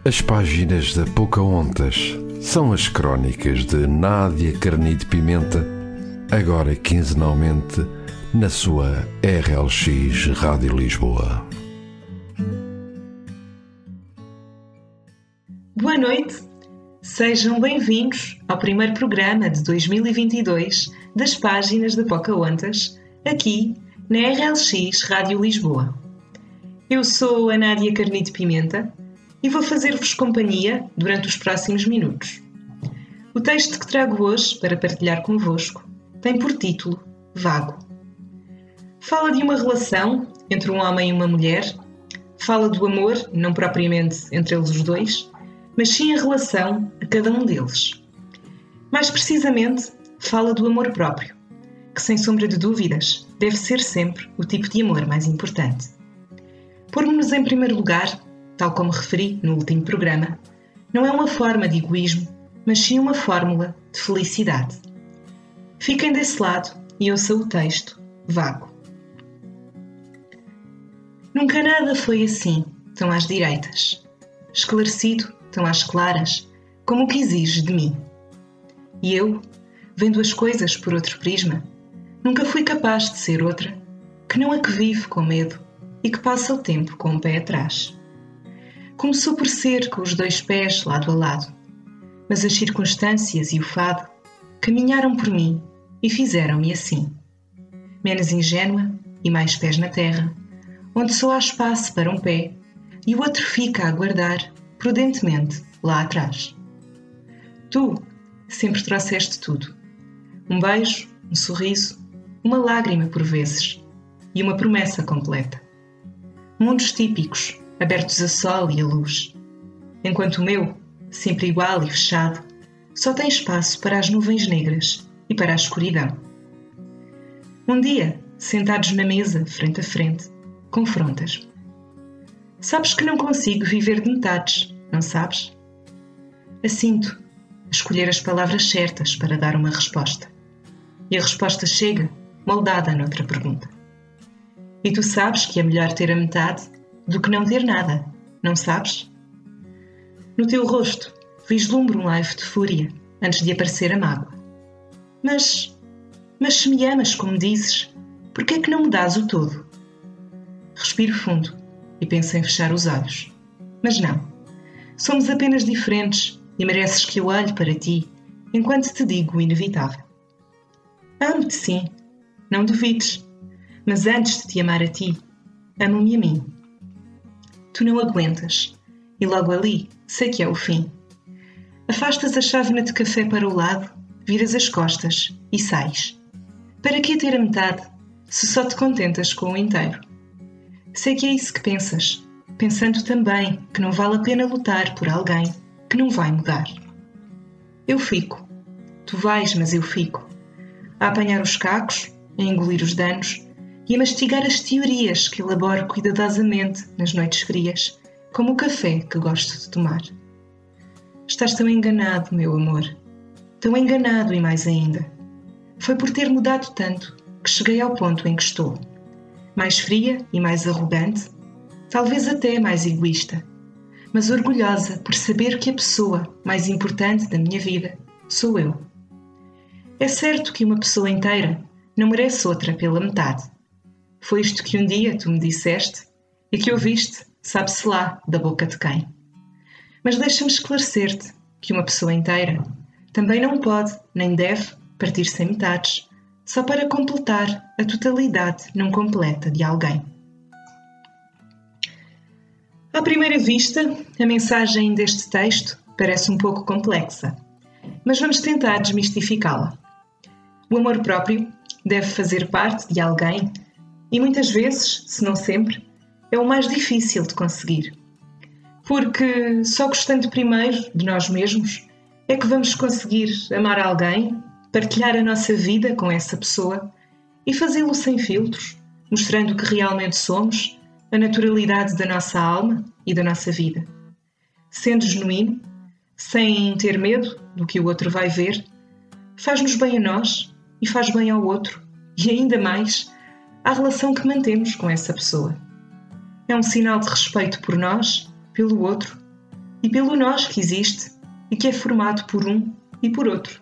As páginas da Pocahontas são as crónicas de Nádia Carnide Pimenta, agora quinzenalmente na sua RLX Rádio Lisboa. Boa noite, sejam bem-vindos ao primeiro programa de 2022 das páginas da Pocahontas, aqui na RLX Rádio Lisboa. Eu sou a Nádia Carnide Pimenta e vou fazer-vos companhia durante os próximos minutos. O texto que trago hoje para partilhar convosco tem por título Vago. Fala de uma relação entre um homem e uma mulher, fala do amor, não propriamente entre eles os dois, mas sim a relação a cada um deles. Mais precisamente, fala do amor próprio, que sem sombra de dúvidas deve ser sempre o tipo de amor mais importante. Pôr-nos em primeiro lugar, tal como referi no último programa, não é uma forma de egoísmo, mas sim uma fórmula de felicidade. Fiquem desse lado e ouçam o texto Vago. Nunca nada foi assim, tão às direitas, esclarecido, tão às claras, como o que exige de mim. E eu, vendo as coisas por outro prisma, nunca fui capaz de ser outra, que não a que vive com medo e que passa o tempo com o pé atrás. Começou por ser com os dois pés lado a lado, mas as circunstâncias e o fado caminharam por mim e fizeram-me assim. Menos ingênua e mais pés na terra, onde só há espaço para um pé e o outro fica a aguardar prudentemente lá atrás. Tu sempre trouxeste tudo. Um beijo, um sorriso, uma lágrima por vezes e uma promessa completa. Mundos típicos, abertos a sol e a luz, enquanto o meu, sempre igual e fechado, só tem espaço para as nuvens negras e para a escuridão. Um dia, sentados na mesa, frente a frente, confrontas-me. Sabes que não consigo viver de metades, não sabes? Assinto, a escolher as palavras certas para dar uma resposta. E a resposta chega, moldada noutra pergunta. E tu sabes que é melhor ter a metade do que não ter nada, não sabes? No teu rosto vislumbro um live de fúria antes de aparecer a mágoa. Mas se me amas como dizes, por que é que não me dás o todo? Respiro fundo e penso em fechar os olhos. Mas não, somos apenas diferentes e mereces que eu olhe para ti enquanto te digo o inevitável. Amo-te sim, não duvides, mas antes de te amar a ti, amo-me a mim. Tu não aguentas, e logo ali sei que é o fim. Afastas a chávena de café para o lado, viras as costas e sais. Para que ter a metade, se só te contentas com o inteiro? Sei que é isso que pensas, pensando também que não vale a pena lutar por alguém que não vai mudar. Eu fico. Tu vais, mas eu fico. A apanhar os cacos, a engolir os danos e a mastigar as teorias que elaboro cuidadosamente nas noites frias, como o café que gosto de tomar. Estás tão enganado, meu amor. Tão enganado e mais ainda. Foi por ter mudado tanto que cheguei ao ponto em que estou. Mais fria e mais arrogante, talvez até mais egoísta, mas orgulhosa por saber que a pessoa mais importante da minha vida sou eu. É certo que uma pessoa inteira não merece outra pela metade. Foi isto que um dia tu me disseste e que ouviste, sabe-se lá, da boca de quem. Mas deixa-me esclarecer-te que uma pessoa inteira também não pode, nem deve, partir-se em metades, só para completar a totalidade não completa de alguém. À primeira vista, a mensagem deste texto parece um pouco complexa, mas vamos tentar desmistificá-la. O amor próprio deve fazer parte de alguém e muitas vezes, se não sempre, é o mais difícil de conseguir. Porque só gostando primeiro de nós mesmos é que vamos conseguir amar alguém, partilhar a nossa vida com essa pessoa e fazê-lo sem filtros, mostrando o que realmente somos, a naturalidade da nossa alma e da nossa vida. Sendo genuíno, sem ter medo do que o outro vai ver, faz-nos bem a nós e faz bem ao outro, e ainda mais à relação que mantemos com essa pessoa. É um sinal de respeito por nós, pelo outro e pelo nós que existe e que é formado por um e por outro.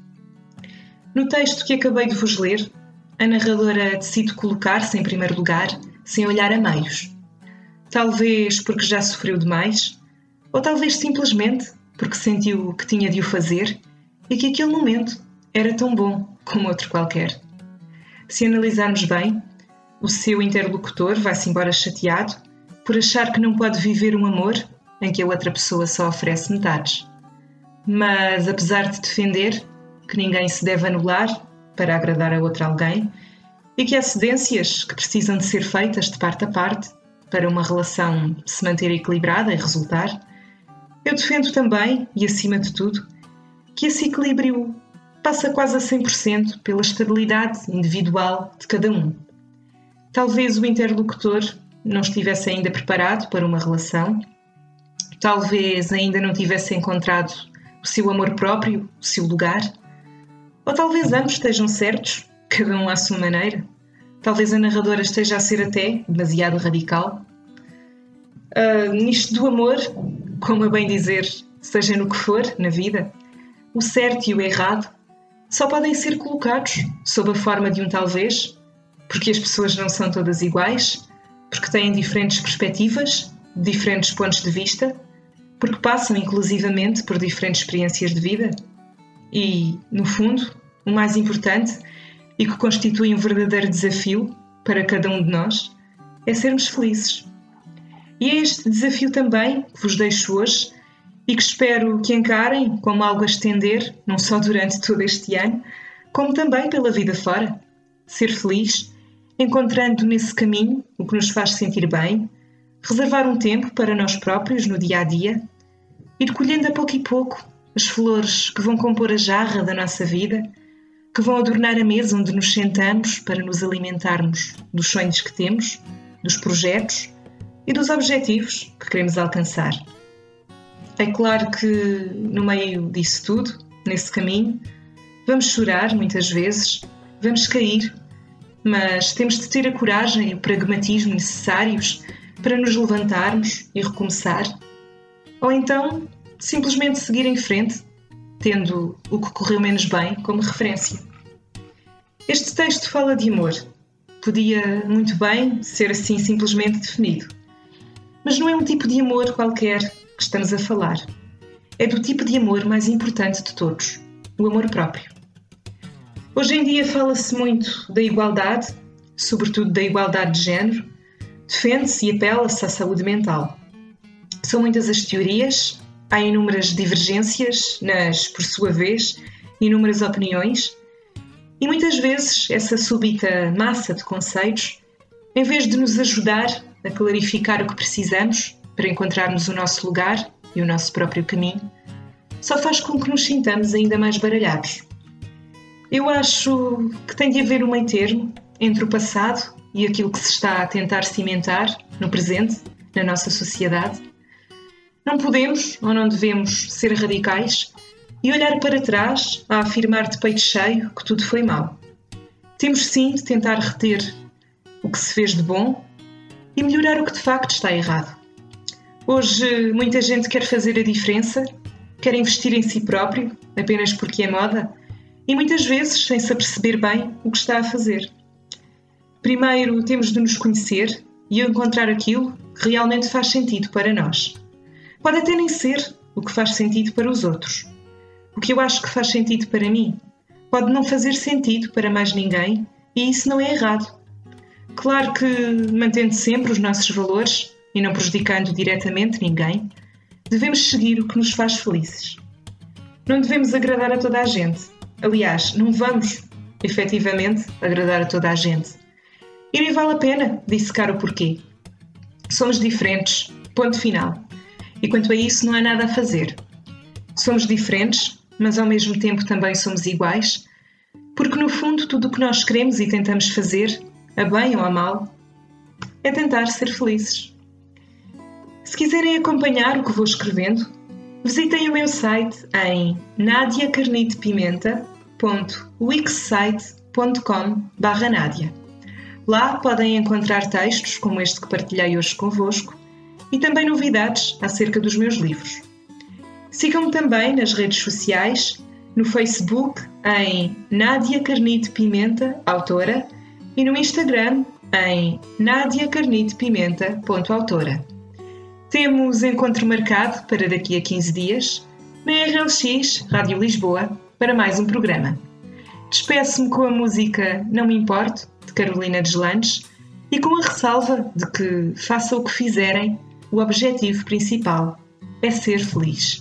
No texto que acabei de vos ler, a narradora decide colocar-se em primeiro lugar, sem olhar a meios. Talvez porque já sofreu demais, ou talvez simplesmente porque sentiu que tinha de o fazer e que aquele momento era tão bom como outro qualquer. Se analisarmos bem, o seu interlocutor vai-se embora chateado por achar que não pode viver um amor em que a outra pessoa só oferece metades. Mas, apesar de defender que ninguém se deve anular para agradar a outro alguém e que há cedências que precisam de ser feitas de parte a parte para uma relação se manter equilibrada e resultar, eu defendo também, e acima de tudo, que esse equilíbrio passa quase a 100% pela estabilidade individual de cada um. Talvez o interlocutor não estivesse ainda preparado para uma relação, talvez ainda não tivesse encontrado o seu amor próprio, o seu lugar, ou talvez ambos estejam certos, cada um à sua maneira. Talvez a narradora esteja a ser até demasiado radical. Nisto do amor, como a bem dizer, seja no que for na vida, o certo e o errado só podem ser colocados sob a forma de um talvez, porque as pessoas não são todas iguais, porque têm diferentes perspectivas, diferentes pontos de vista, porque passam inclusivamente por diferentes experiências de vida e, no fundo, o mais importante e que constitui um verdadeiro desafio para cada um de nós é sermos felizes. E é este desafio também que vos deixo hoje e que espero que encarem como algo a estender, não só durante todo este ano, como também pela vida fora. Ser feliz, encontrando nesse caminho o que nos faz sentir bem, reservar um tempo para nós próprios no dia-a-dia, ir colhendo a pouco e pouco as flores que vão compor a jarra da nossa vida, que vão adornar a mesa onde nos sentamos para nos alimentarmos dos sonhos que temos, dos projetos e dos objetivos que queremos alcançar. É claro que, no meio disso tudo, nesse caminho, vamos chorar muitas vezes, vamos cair, mas temos de ter a coragem e o pragmatismo necessários para nos levantarmos e recomeçar, ou então simplesmente seguir em frente, tendo o que correu menos bem como referência. Este texto fala de amor. Podia muito bem ser assim simplesmente definido. Mas não é um tipo de amor qualquer que estamos a falar. É do tipo de amor mais importante de todos, o amor próprio. Hoje em dia fala-se muito da igualdade, sobretudo da igualdade de género, defende-se e apela-se à saúde mental. São muitas as teorias, há inúmeras divergências nas, por sua vez, inúmeras opiniões, e muitas vezes essa súbita massa de conceitos, em vez de nos ajudar a clarificar o que precisamos para encontrarmos o nosso lugar e o nosso próprio caminho, só faz com que nos sintamos ainda mais baralhados. Eu acho que tem de haver um meio termo entre o passado e aquilo que se está a tentar cimentar no presente, na nossa sociedade. Não podemos ou não devemos ser radicais e olhar para trás a afirmar de peito cheio que tudo foi mau. Temos sim de tentar reter o que se fez de bom e melhorar o que de facto está errado. Hoje muita gente quer fazer a diferença, quer investir em si próprio apenas porque é moda e muitas vezes sem se aperceber bem o que está a fazer. Primeiro temos de nos conhecer e encontrar aquilo que realmente faz sentido para nós. Pode até nem ser o que faz sentido para os outros. O que eu acho que faz sentido para mim pode não fazer sentido para mais ninguém e isso não é errado. Claro que, mantendo sempre os nossos valores e não prejudicando diretamente ninguém, devemos seguir o que nos faz felizes. Não devemos agradar a toda a gente. Aliás, não vamos, efetivamente, agradar a toda a gente. E nem vale a pena dissecar o porquê. Somos diferentes, ponto final. E quanto a isso não há nada a fazer. Somos diferentes, mas ao mesmo tempo também somos iguais, porque no fundo tudo o que nós queremos e tentamos fazer, a bem ou a mal, é tentar ser felizes. Se quiserem acompanhar o que vou escrevendo, visitem o meu site em nadiacarnidepimenta.wixsite.com/nadia. Lá podem encontrar textos como este que partilhei hoje convosco e também novidades acerca dos meus livros. Sigam-me também nas redes sociais, no Facebook em Nádia Carnide Pimenta, autora, e no Instagram em nadiacarnidepimenta.autora. Temos encontro marcado para daqui a 15 dias, na RLX Rádio Lisboa, para mais um programa. Despeço-me com a música Não Me Importo, de Carolina Deslandes, e com a ressalva de que, faça o que fizerem, o objetivo principal é ser feliz.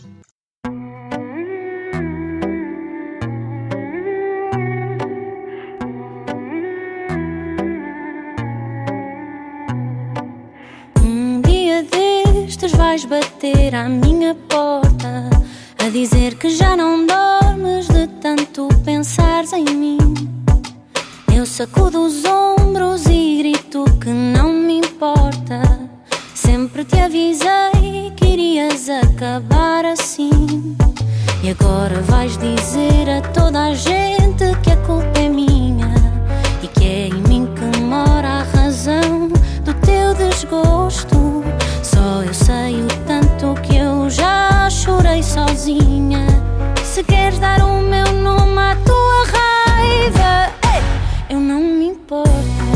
Vais bater à minha porta a dizer que já não dormes de tanto pensares em mim. Eu sacudo os ombros e grito que não me importa. Sempre te avisei que irias acabar assim. E agora vais dizer a toda a gente que a culpa é minha e que é em mim que mora a razão do teu desgosto. Só eu sei o tanto que eu já chorei sozinha. Se queres dar o meu nome à tua raiva, ei, eu não me importo.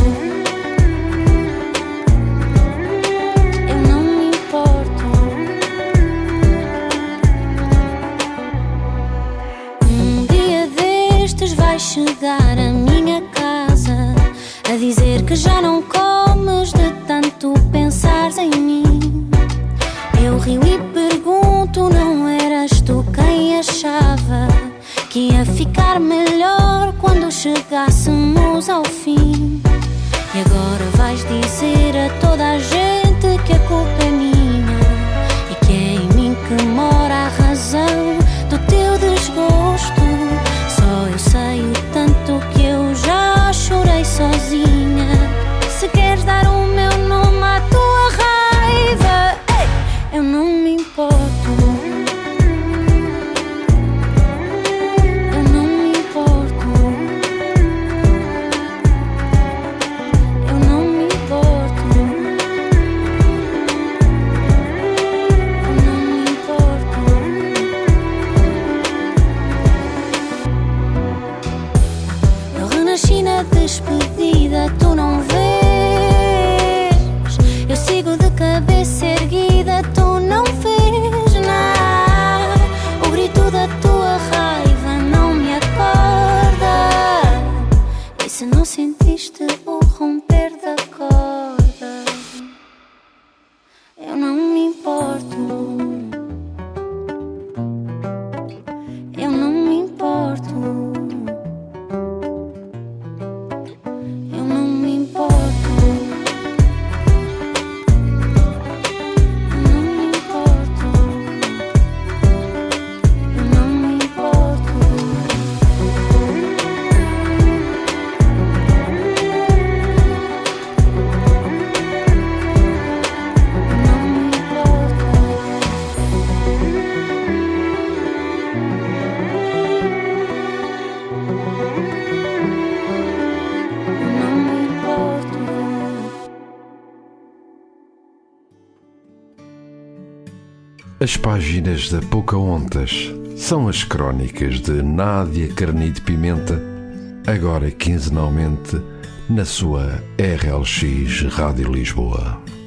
Eu não me importo. Um dia destes vais chegar à minha casa a dizer que já não comes de tanto pensares em mim. Eu rio e pergunto, não eras tu quem achava que ia ficar melhor quando chegássemos ao fim? E agora vais dizer a toda a gente que a culpa é minha e que é em mim que mora a razão do teu desgosto. Só eu sei o tanto que eu já chorei sozinha. Se queres dar o meu nome à tua raiva, ei, eu não me importo. Eu não me importo. Eu não me importo. Eu não me importo. Eu renasci na despedida, tu não vês. Eu sigo de cabeça erguida, tu não vês nada. O grito da tua raiva não me acorda. E se não sentiste o romper da corda, eu não me importo. Eu não me importo. Eu não me importo. As páginas da Pocahontas são as crónicas de Nádia Carnide Pimenta, agora quinzenalmente na sua RLX Rádio Lisboa.